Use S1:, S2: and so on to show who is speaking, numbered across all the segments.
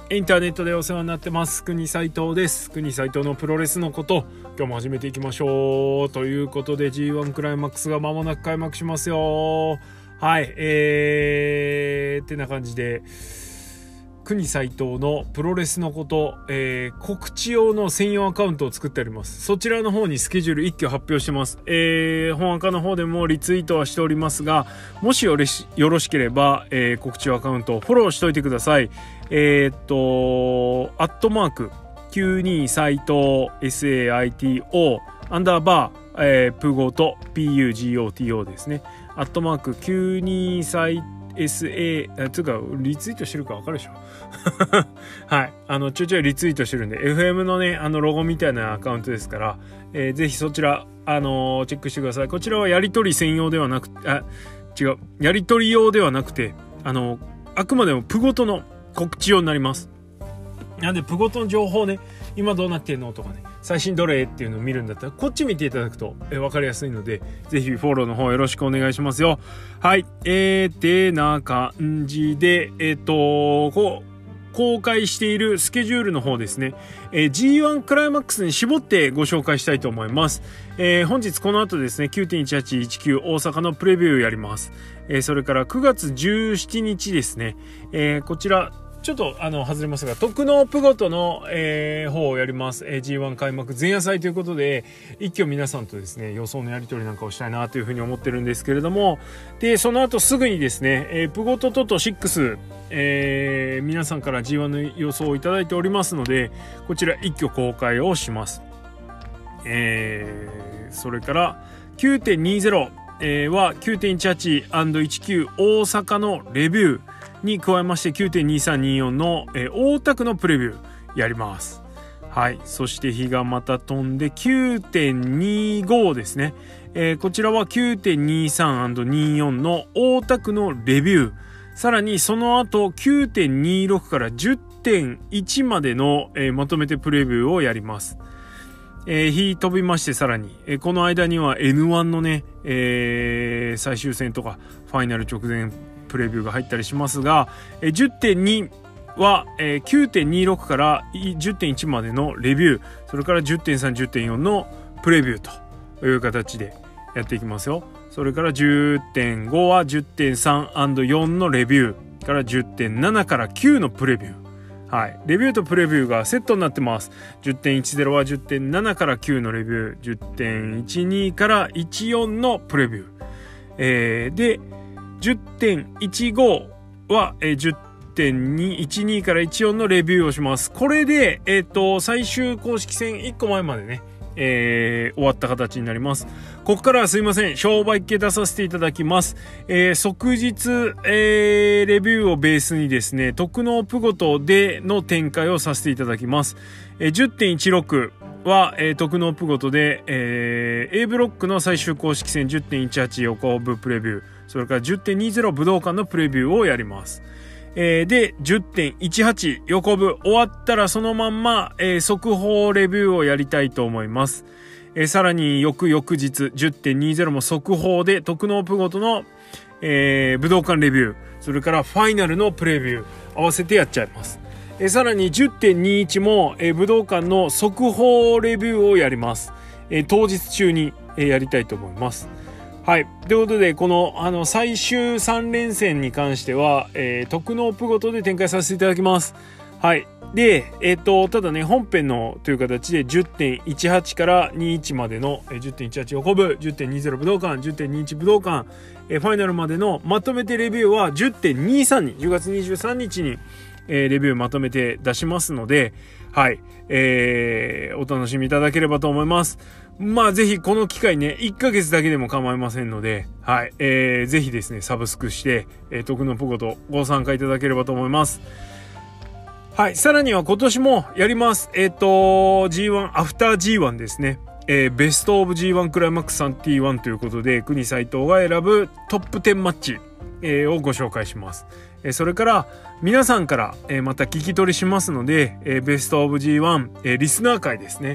S1: インターネットでお世話になってます国斉藤です。国斉藤のプロレスのこと今日も始めていきましょうということで G1 クライマックスが間もなく開幕しますよ。はいってな感じで国斉藤のプロレスのこと、告知用の専用アカウントを作ってあります。そちらの方にスケジュール一挙発表してます。本アカの方でもリツイートはしておりますが、もしよろしければ、告知用アカウントをフォローしといてください。@92斉藤 SAITO アンダーバー、プゴト PUGOTO ですね。@92斉SA つうかリツイートしてるか分かるでしょはいちょいちょいリツイートしてるんで FM のねロゴみたいなアカウントですから、ぜひそちらチェックしてください。こちらはやり取り専用ではなくやり取り用ではなくてあくまでもプゴトの告知用になります。なんでプゴトの情報ね、今どうなってんのとかね、最新どれっていうのを見るんだったらこっち見ていただくと分かりやすいので、ぜひフォローの方よろしくお願いしますよ。はいてな感じで公開しているスケジュールの方ですね、G1 クライマックスに絞ってご紹介したいと思います。本日この後ですね 9.1819 大阪のプレビューやります。それから9月17日ですね、こちらちょっと外れますが特納プゴトの、方をやります。G1 開幕前夜祭ということで一挙皆さんとですね予想のやり取りなんかをしたいなというふうに思ってるんですけれども、でその後すぐにですね、プゴトと6、皆さんから G1 の予想をいただいておりますので、こちら一挙公開をします。それから 9.20 は 9.18&19 大阪のレビューに加えまして 9.2324 の、大田区のプレビューやります。はい。そして日がまた飛んで 9.25 ですね、こちらは 9.23&24 の大田区のレビュー、さらにその後 9.26 から 10.1 までの、まとめてプレビューをやります。日飛びましてさらに、この間には N1 のね、最終戦とかファイナル直前プレビューが入ったりしますが、10.2 は、9.26 から 10.1 までのレビュー、それから 10.3、10.4 のプレビューという形でやっていきますよ。それから 10.5 は 10.3&4 のレビューから 10.7 から9のプレビュー、はい、レビューとプレビューがセットになってます。 10.10 は 10.7 から9のレビュー、 10.12 から14のプレビュー、で 10.15 は 10.12 から14のレビューをします。これで、最終公式戦1個前までね、終わった形になります。ここからはすいません、商売系出させていただきます。即日、レビューをベースにですね特納プゴトでの展開をさせていただきます。10.16 は、特納プゴトで、A ブロックの最終公式戦 10.18 横部プレビュー、それから 10.20 武道館のプレビューをやります。で 10.18 横部終わったらそのまんま、速報レビューをやりたいと思います。さらに翌々日 10.20 も速報で特納プゴトの、武道館レビュー、それからファイナルのプレビュー合わせてやっちゃいます。さらに 10.21 も、武道館の速報レビューをやります。当日中に、やりたいと思います。はい。ということで、この、最終3連戦に関しては、特納プゴトで展開させていただきます。はい。で、ただね、本編のという形で 10.18 から21までの 10.18 横部、10.20 武道館、10.21 武道館、ファイナルまでのまとめてレビューは 10.23 に、10月23日に、レビューまとめて出しますので、はい。お楽しみいただければと思います。まあぜひこの機会ね1ヶ月だけでも構いませんので、はい、ぜひですねサブスクして、特納プゴトご参加いただければと思います。はい、さらには今年もやります。G1 アフター G1 ですね、ベストオブ G1 クライマックス31ということで国斉藤が選ぶトップ10マッチ、をご紹介します。それから皆さんから、また聞き取りしますので、ベストオブ G1、リスナー会ですね。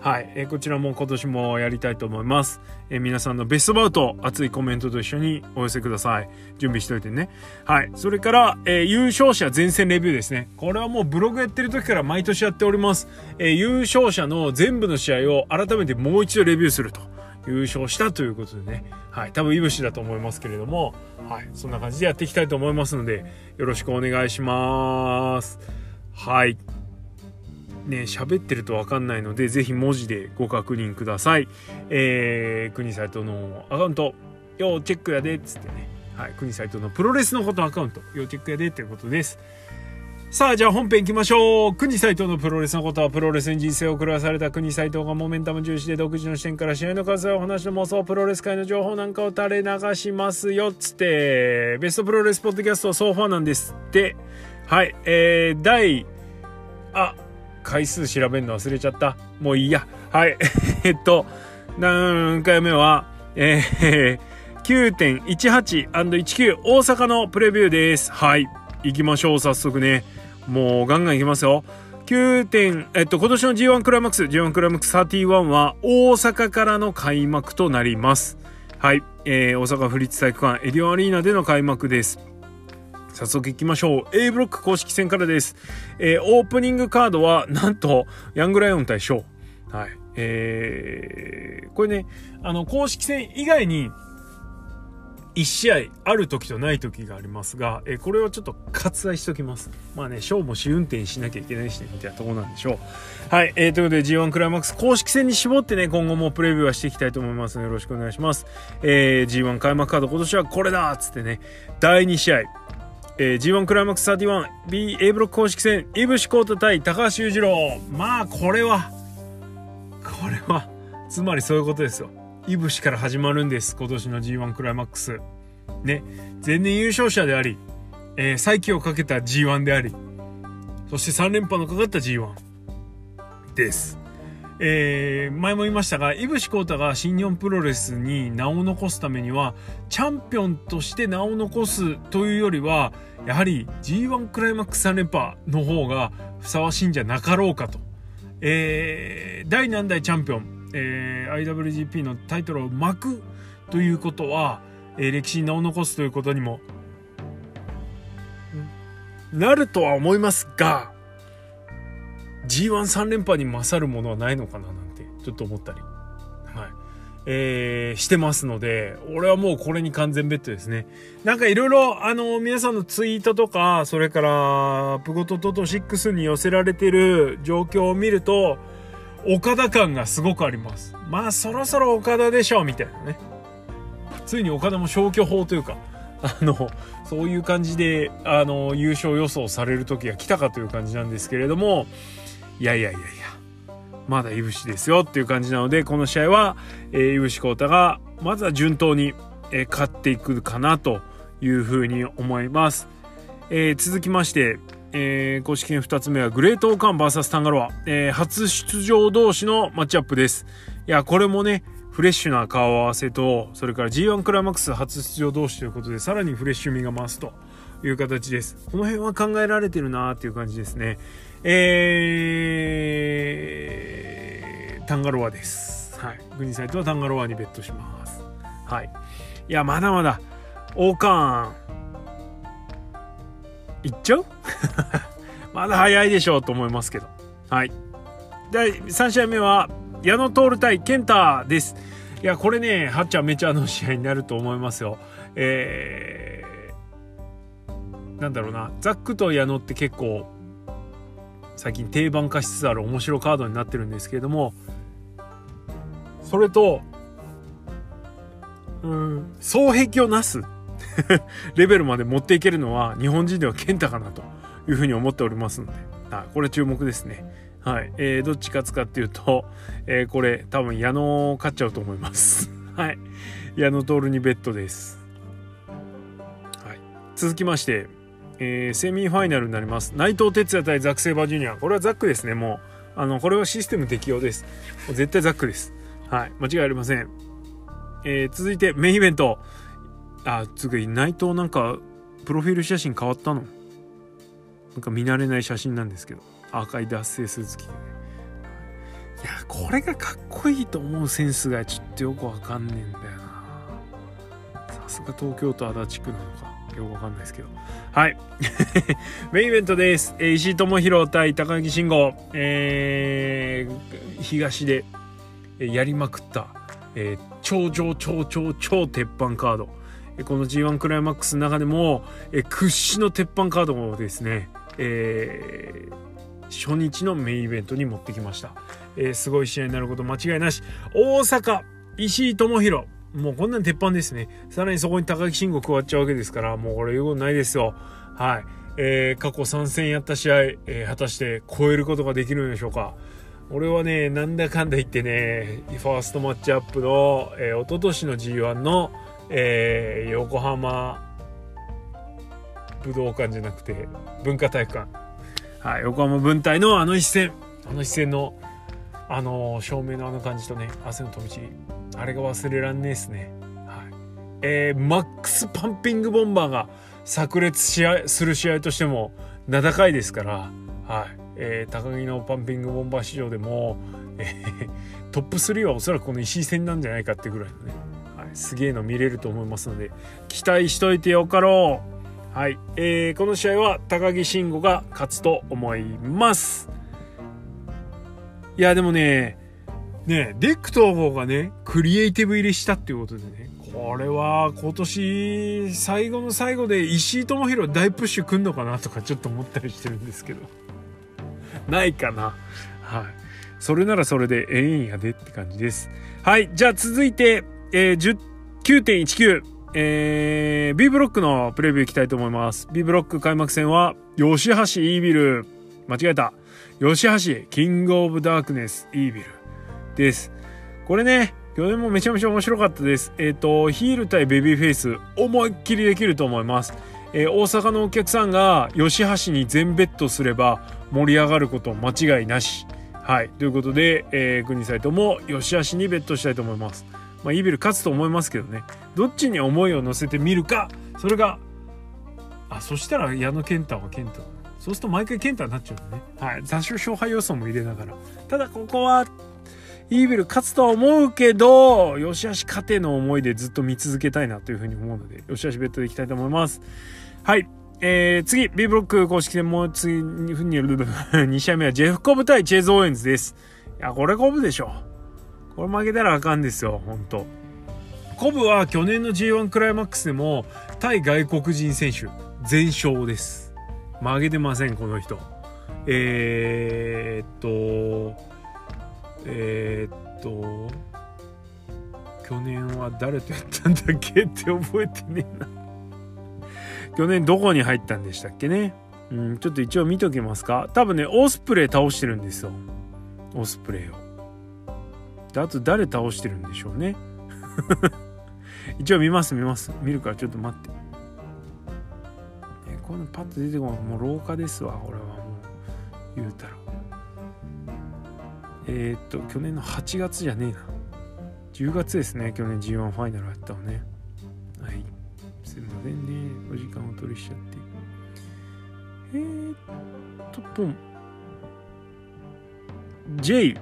S1: はい、こちらも今年もやりたいと思います。皆さんのベストバウト熱いコメントと一緒にお寄せください。準備しておいてね。はい、それから、優勝者全戦レビューですね。これはもうブログやってる時から毎年やっております。優勝者の全部の試合を改めてもう一度レビューすると。優勝したということでね、はい、多分いぶしだと思いますけれども、はい、そんな感じでやっていきたいと思いますので、よろしくお願いします。はい。ね、喋ってると分かんないのでぜひ文字でご確認ください。国サイトのアカウント要チェックやでっつってね、はい、国サイトのプロレスのことアカウント要チェックやでということです。さあじゃあ本編行きましょう。国サイトのプロレスのことはプロレスに人生を狂わされた国サイトがモメンタム重視で独自の視点から試合の数やお話の妄想プロレス界の情報なんかを垂れ流しますよっつって、ベストプロレスポッドキャストソーファーなんですって。はい、回数調べるの忘れちゃった。もういいや。はい。何回目は、9.18&19 大阪のプレビューです。はい。行きましょう。早速ね。もうガンガン行きますよ。今年の G1 クライマックス、G1 クライマックス31は大阪からの開幕となります。はい。大阪府立体育館エディオンアリーナでの開幕です。早速行きましょう。A ブロック公式戦からです。オープニングカードはなんとヤングライオン対ショー。はい。これね、公式戦以外に1試合ある時とない時がありますが、これをちょっと割愛しときます。まあね、ショーも試運転しなきゃいけないしね、みたいなところなんでしょう。はい。ということで G1 クライマックス公式戦に絞ってね、今後もプレビューはしていきたいと思いますので、よろしくお願いします。G1 開幕カード今年はこれだっつってね、第2試合。G1 クライマックス 31B A ブロック公式戦井伏浩太対高橋裕次郎。まあこれはつまりそういうことですよ。井伏から始まるんです。今年の G1 クライマックスね、前年優勝者であり、再起をかけた G1 であり、そして3連覇のかかった G1 です。前も言いましたが、井伏浩太が新日本プロレスに名を残すためにはチャンピオンとして名を残すというよりはやはり G1 クライマックス3連覇の方がふさわしいんじゃなかろうかと、第何代チャンピオン、IWGP のタイトルを巻くということは、歴史に名を残すということにもなるとは思いますが、G13 連覇に勝るものはないのかななんてちょっと思ったり、はい、してますので、俺はもうこれに完全ベッドですね。なんかいろいろ皆さんのツイートとか、それからプゴトトト6に寄せられてる状況を見ると岡田感がすごくあります。まあそろそろ岡田でしょうみたいなね。ついに岡田も消去法というかそういう感じで優勝予想される時が来たかという感じなんですけれども、いやまだ井伏ですよっていう感じなので、この試合は井伏浩太がまずは順当に勝っていくかなというふうに思います。続きまして、公式戦2つ目はグレートオーカン VS タンガロア、初出場同士のマッチアップです。いやこれもねフレッシュな顔合わせと、それから G1 クライマックス初出場同士ということでさらにフレッシュ味が増すという形です。この辺は考えられてるなーっていう感じですね。タンガロアです。はい。グニサイトはタンガロアにベットします。はい。いや、まだまだ、オーカーン、いっちゃうまだ早いでしょうと思いますけど。はい。第3試合目は、矢野徹対ケンタです。いや、これね、はっちゃめちゃの試合になると思いますよ。なんだろうな、ザックと矢野って結構最近定番化しつつある面白カードになってるんですけれども、それと双璧をなすレベルまで持っていけるのは日本人では健太かなというふうに思っておりますので、これ注目ですね。はい、どっち勝つかっていうと、これ多分矢野勝っちゃうと思いますはい、矢野徹にベットです。はい、続きましてセミファイナルになります。内藤哲也対ザック・セイバージュニア。これはザックですね。もうこれはシステム適用です。もう絶対ザックです。はい、間違いありません。続いてメインイベント。次内藤なんかプロフィール写真変わったの？なんか見慣れない写真なんですけど、赤い脱製スーツ着てね。 やこれがかっこいいと思うセンスがちょっとよくわかんねえんだよな。さすが東京都足立区なのかよくわかんないですけど、はいメインイベントです。石井智弘対高木慎吾、東でやりまくった、超鉄板カード、この G1 クライマックスの中でも、屈指の鉄板カードをですね、初日のメインイベントに持ってきました。すごい試合になること間違いなし。大阪石井智弘、もうこんなん鉄板ですね。さらにそこに高木慎吾加わっちゃうわけですから、もうこれ言うことないですよ。はい、過去3戦やった試合、果たして超えることができるんでしょうか。俺はね、なんだかんだ言ってね、ファーストマッチアップの、一昨年の G1 の、横浜武道館じゃなくて文化体育館、はい、横浜文体のあの一戦の照明のあの感じとね、汗の飛び散り、あれが忘れらんねえですね。はい、マックスパンピングボンバーが炸裂する試合としても名高いですから、はい、高木のパンピングボンバー史上でも、トップ3はおそらくこの石井戦なんじゃないかってぐらいのね、はい、すげえの見れると思いますので期待しといてよかろう。はい、この試合は高木慎吾が勝つと思います。いやでもねデック統合がねクリエイティブ入りしたっていうことでね、これは今年最後の最後で石井智弘大プッシュくんのかなとかちょっと思ったりしてるんですけどないかな。はい、それならそれでええんやでって感じです。はい、じゃあ続いて、9.19、B ブロックのプレビューいきたいと思います。 B ブロック開幕戦は吉橋イービル、間違えた、吉橋キングオブダークネスイービルです。これね去年もめちゃめちゃ面白かったです。ヒール対ベビーフェイス思いっきりできると思います。大阪のお客さんが吉橋に全ベットすれば盛り上がること間違いなし。はい、ということで、国サイトも吉橋にベットしたいと思います。イービル勝つと思いますけどね、どっちに思いを乗せてみるか、それがそしたら矢野健太は健太、そうすると毎回健太になっちゃうね。はい、多少勝敗予想も入れながら、ただここはイービル勝つとは思うけど吉橋勝ての思いでずっと見続けたいなというふうに思うので吉橋ベットでいきたいと思います。はい、次 B ブロック公式戦も次2試合目はジェフコブ対チェーズ・オーエンズです。いやこれコブでしょ、これ負けたらあかんですよ本当。コブは去年の G1 クライマックスでも対外国人選手全勝です。負けてませんこの人。去年は誰とやったんだっけって覚えてねえな。去年どこに入ったんでしたっけね。ちょっと一応見ときますか。多分ねオスプレイ倒してるんですよ、オスプレイを。であと誰倒してるんでしょうね一応見ます見るからちょっと待って、このパッと出てこない。もう廊下ですわこれは。もう言うたら去年の8月じゃねえな、10月ですね。去年 G1 ファイナルやったのね。はい、すいませんねお時間を取りしちゃって。ポン J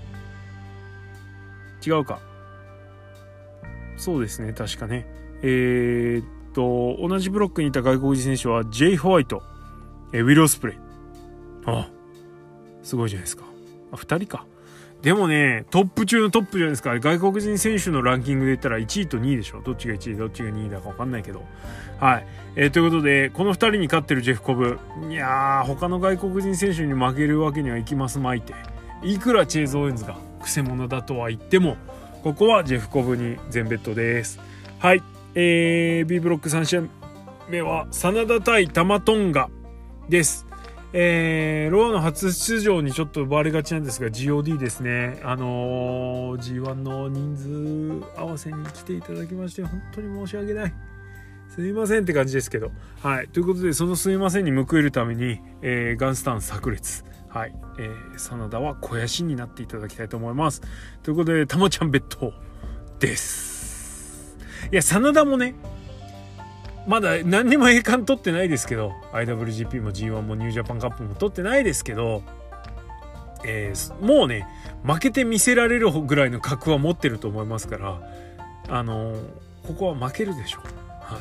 S1: 違うか、そうですね確かね。同じブロックにいた外国人選手は J ホワイト、ウィル・オスプレイ。すごいじゃないですか。2人か。でもねトップ中のトップじゃないですか。外国人選手のランキングで言ったら1位と2位でしょ。どっちが1位どっちが2位だか分かんないけど、はい、ということでこの2人に勝ってるジェフコブ、いやー他の外国人選手に負けるわけにはいきますまいて。いくらチェーズ・オーエンズがクセ者だとは言ってもここはジェフコブに全ベットです。はい、B ブロック3試合目は真田対タマトンガです。ロアの初出場にちょっと奪われがちなんですが GOD ですね。G1 の人数合わせに来ていただきまして本当に申し訳ない、すいませんって感じですけど、はい、ということでそのすいませんに報いるために、ガンスタン炸裂、はい、真田は肥やしになっていただきたいと思います。ということでたまちゃんベッドです。いや真田もねまだ何にも栄冠取ってないですけど IWGP も G1 もニュージャパンカップも取ってないですけど、 もうね負けてみせられるぐらいの格は持ってると思いますから、ここは負けるでしょう。はい。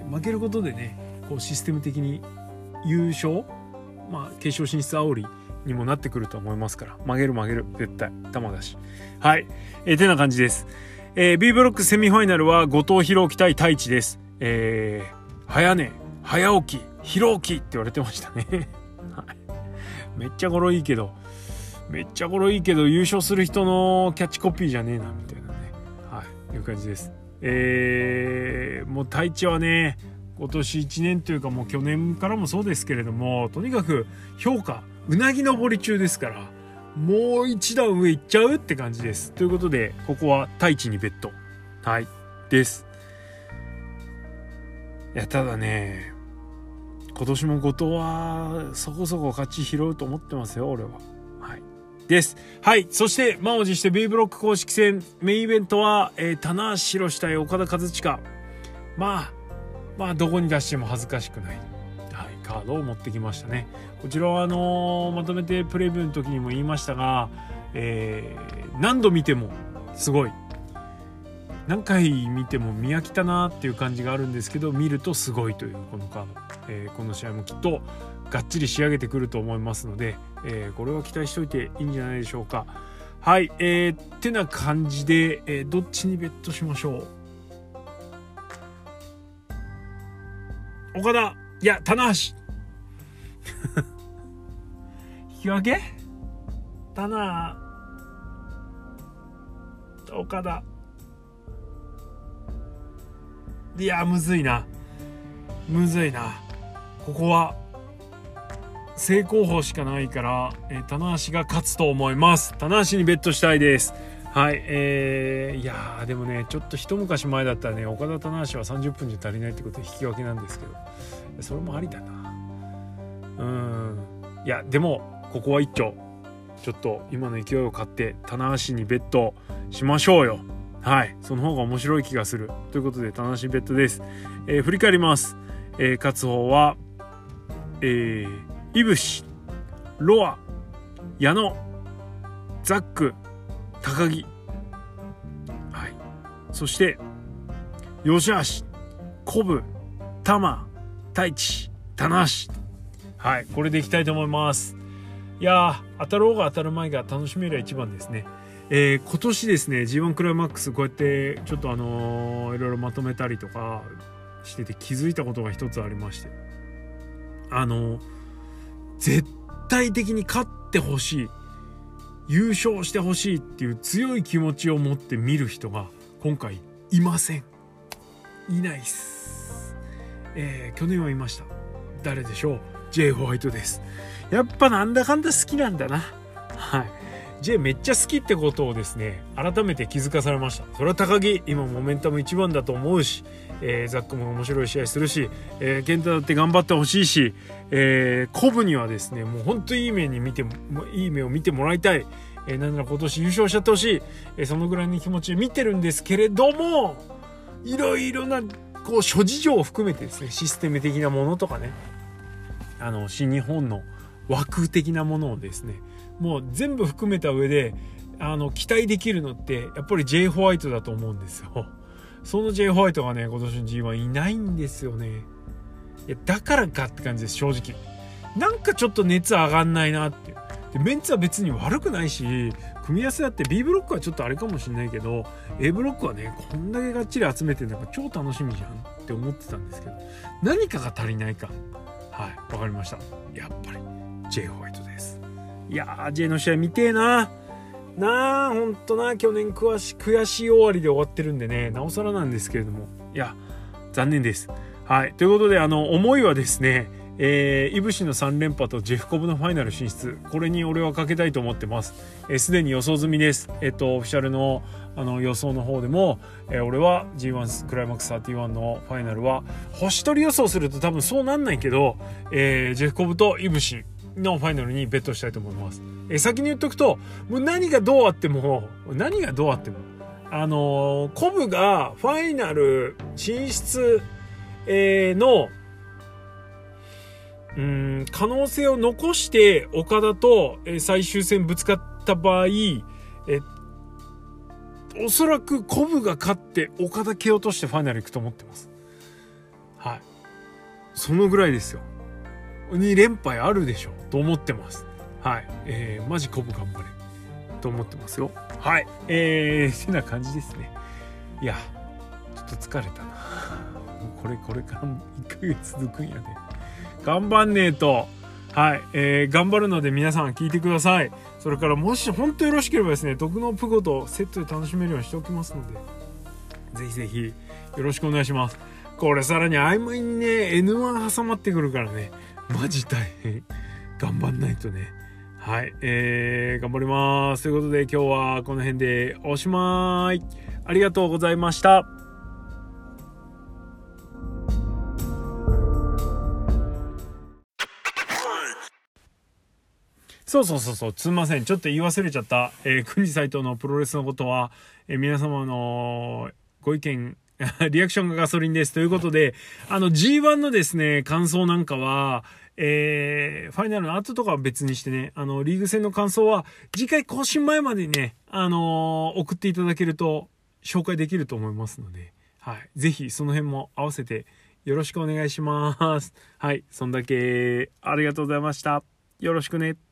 S1: 負けることでねこうシステム的に優勝、決勝進出煽りにもなってくると思いますから、負ける絶対玉だし。はい。てな感じです。B ブロックセミファイナルは後藤弘樹対太一です。早寝早起き弘樹って言われてましたね。はい。めっちゃ語呂いいけど優勝する人のキャッチコピーじゃねえなみたいなね、はい、いう感じです。もう太一はね今年1年というかもう去年からもそうですけれども、とにかく評価うなぎ登り中ですから、もう一段上行っちゃうって感じです。ということでここは太一にベット、はいです。いやただね今年も後藤はそこそこ勝ち拾うと思ってますよ俺は。はいです。はい。そして満を持して B ブロック公式戦メインイベントは、棚橋宏対岡田和親。まあどこに出しても恥ずかしくない、はい、カードを持ってきましたね。こちらはまとめてプレビューの時にも言いましたが、何度見てもすごい、何回見ても見飽きたなっていう感じがあるんですけど、見るとすごいというこのカード、この試合もきっとがっちり仕上げてくると思いますので、これは期待しておいていいんじゃないでしょうか。はい、ってな感じで、どっちにベットしましょう。岡田、いや棚橋引き分け棚岡田、いやむずいなここは正攻法しかないから、棚橋が勝つと思います。棚橋にベットしたいです。はい。いやでもねちょっと一昔前だったらね岡田棚橋は30分じゃ足りないってことで引き分けなんですけど、それもありだな。いやでもここは一丁ちょっと今の勢いを買って棚橋にベットしましょうよ。はい、その方が面白い気がするということで棚橋ベットです。振り返ります。勝つ方は、いぶし、ロア、矢野、ザック、高木、はい、そして吉橋、コブ、玉、太一、棚橋、はい、これでいきたいと思います。いや当たろうが当たる前が楽しめる一番ですね。今年ですね G1 クライマックスこうやってちょっといろいろまとめたりとかしてて気づいたことが一つありまして、絶対的に勝ってほしい、優勝してほしいっていう強い気持ちを持って見る人が今回いません。いないっす。去年はいました。誰でしょう。 J ホワイトです。やっぱなんだかんだ好きなんだな。はい、J めっちゃ好きってことをですね改めて気づかされました。それは高木今モメンタム一番だと思うし、ザックも面白い試合するし、健太だって頑張ってほしいし、コブにはですねもう本当にいい目を見てもらいたい、なんなら今年優勝しちゃってほしい、そのぐらいの気持ちで見てるんですけれども、いろいろなこう諸事情を含めてですねシステム的なものとかね新日本の枠的なものをですねもう全部含めた上で期待できるのってやっぱり J ホワイトだと思うんですよ。その J ホワイトがね今年の G1 いないんですよね。いやだからかって感じです。正直なんかちょっと熱上がんないなっていう。でメンツは別に悪くないし組み合わせだって B ブロックはちょっとあれかもしれないけど A ブロックはねこんだけがっちり集めてるのが超楽しみじゃんって思ってたんですけど、何かが足りないか。はい、わかりました。やっぱり J ホワイトです。いやー J の試合見てえなほんとな。去年悔しい終わりで終わってるんでねなおさらなんですけれども、いや残念です。はい、ということで思いはですねいぶしの3連覇とジェフコブのファイナル進出、これに俺はかけたいと思ってます。すでに予想済みです。オフィシャルの予想の方でも、俺は G1 クライマックス31のファイナルは星取り予想すると多分そうなんないけど、ジェフコブといぶしのファイナルにベットしたいと思います。先に言っとくともう何がどうあってもコブがファイナル進出の可能性を残して岡田と最終戦ぶつかった場合、おそらくコブが勝って岡田蹴落としてファイナル行くと思ってます。はい。そのぐらいですよ。2連敗あるでしょと思ってます。はい。マジコブ頑張れと思ってますよ。はい。てな感じですね。いや、ちょっと疲れたな。これからも1ヶ月続くんやね。頑張んねえと。はい。頑張るので皆さん聞いてください。それからもし本当よろしければですね、毒のプゴとセットで楽しめるようにしておきますので、ぜひぜひよろしくお願いします。これさらに合間にね、N1 挟まってくるからね、マジ大変。頑張んないとね。はい。頑張ります。ということで今日はこの辺でおしまい。ありがとうございました。そうすみません、ちょっと言い忘れちゃった。国斎藤のプロレスのことは、皆様のご意見リアクションがガソリンですということで、G1 のですね感想なんかは、ファイナルの後とかは別にしてね、リーグ戦の感想は次回更新前までにね、送っていただけると紹介できると思いますので、はい、ぜひその辺も合わせてよろしくお願いします。はい、そんだけありがとうございました。よろしくね。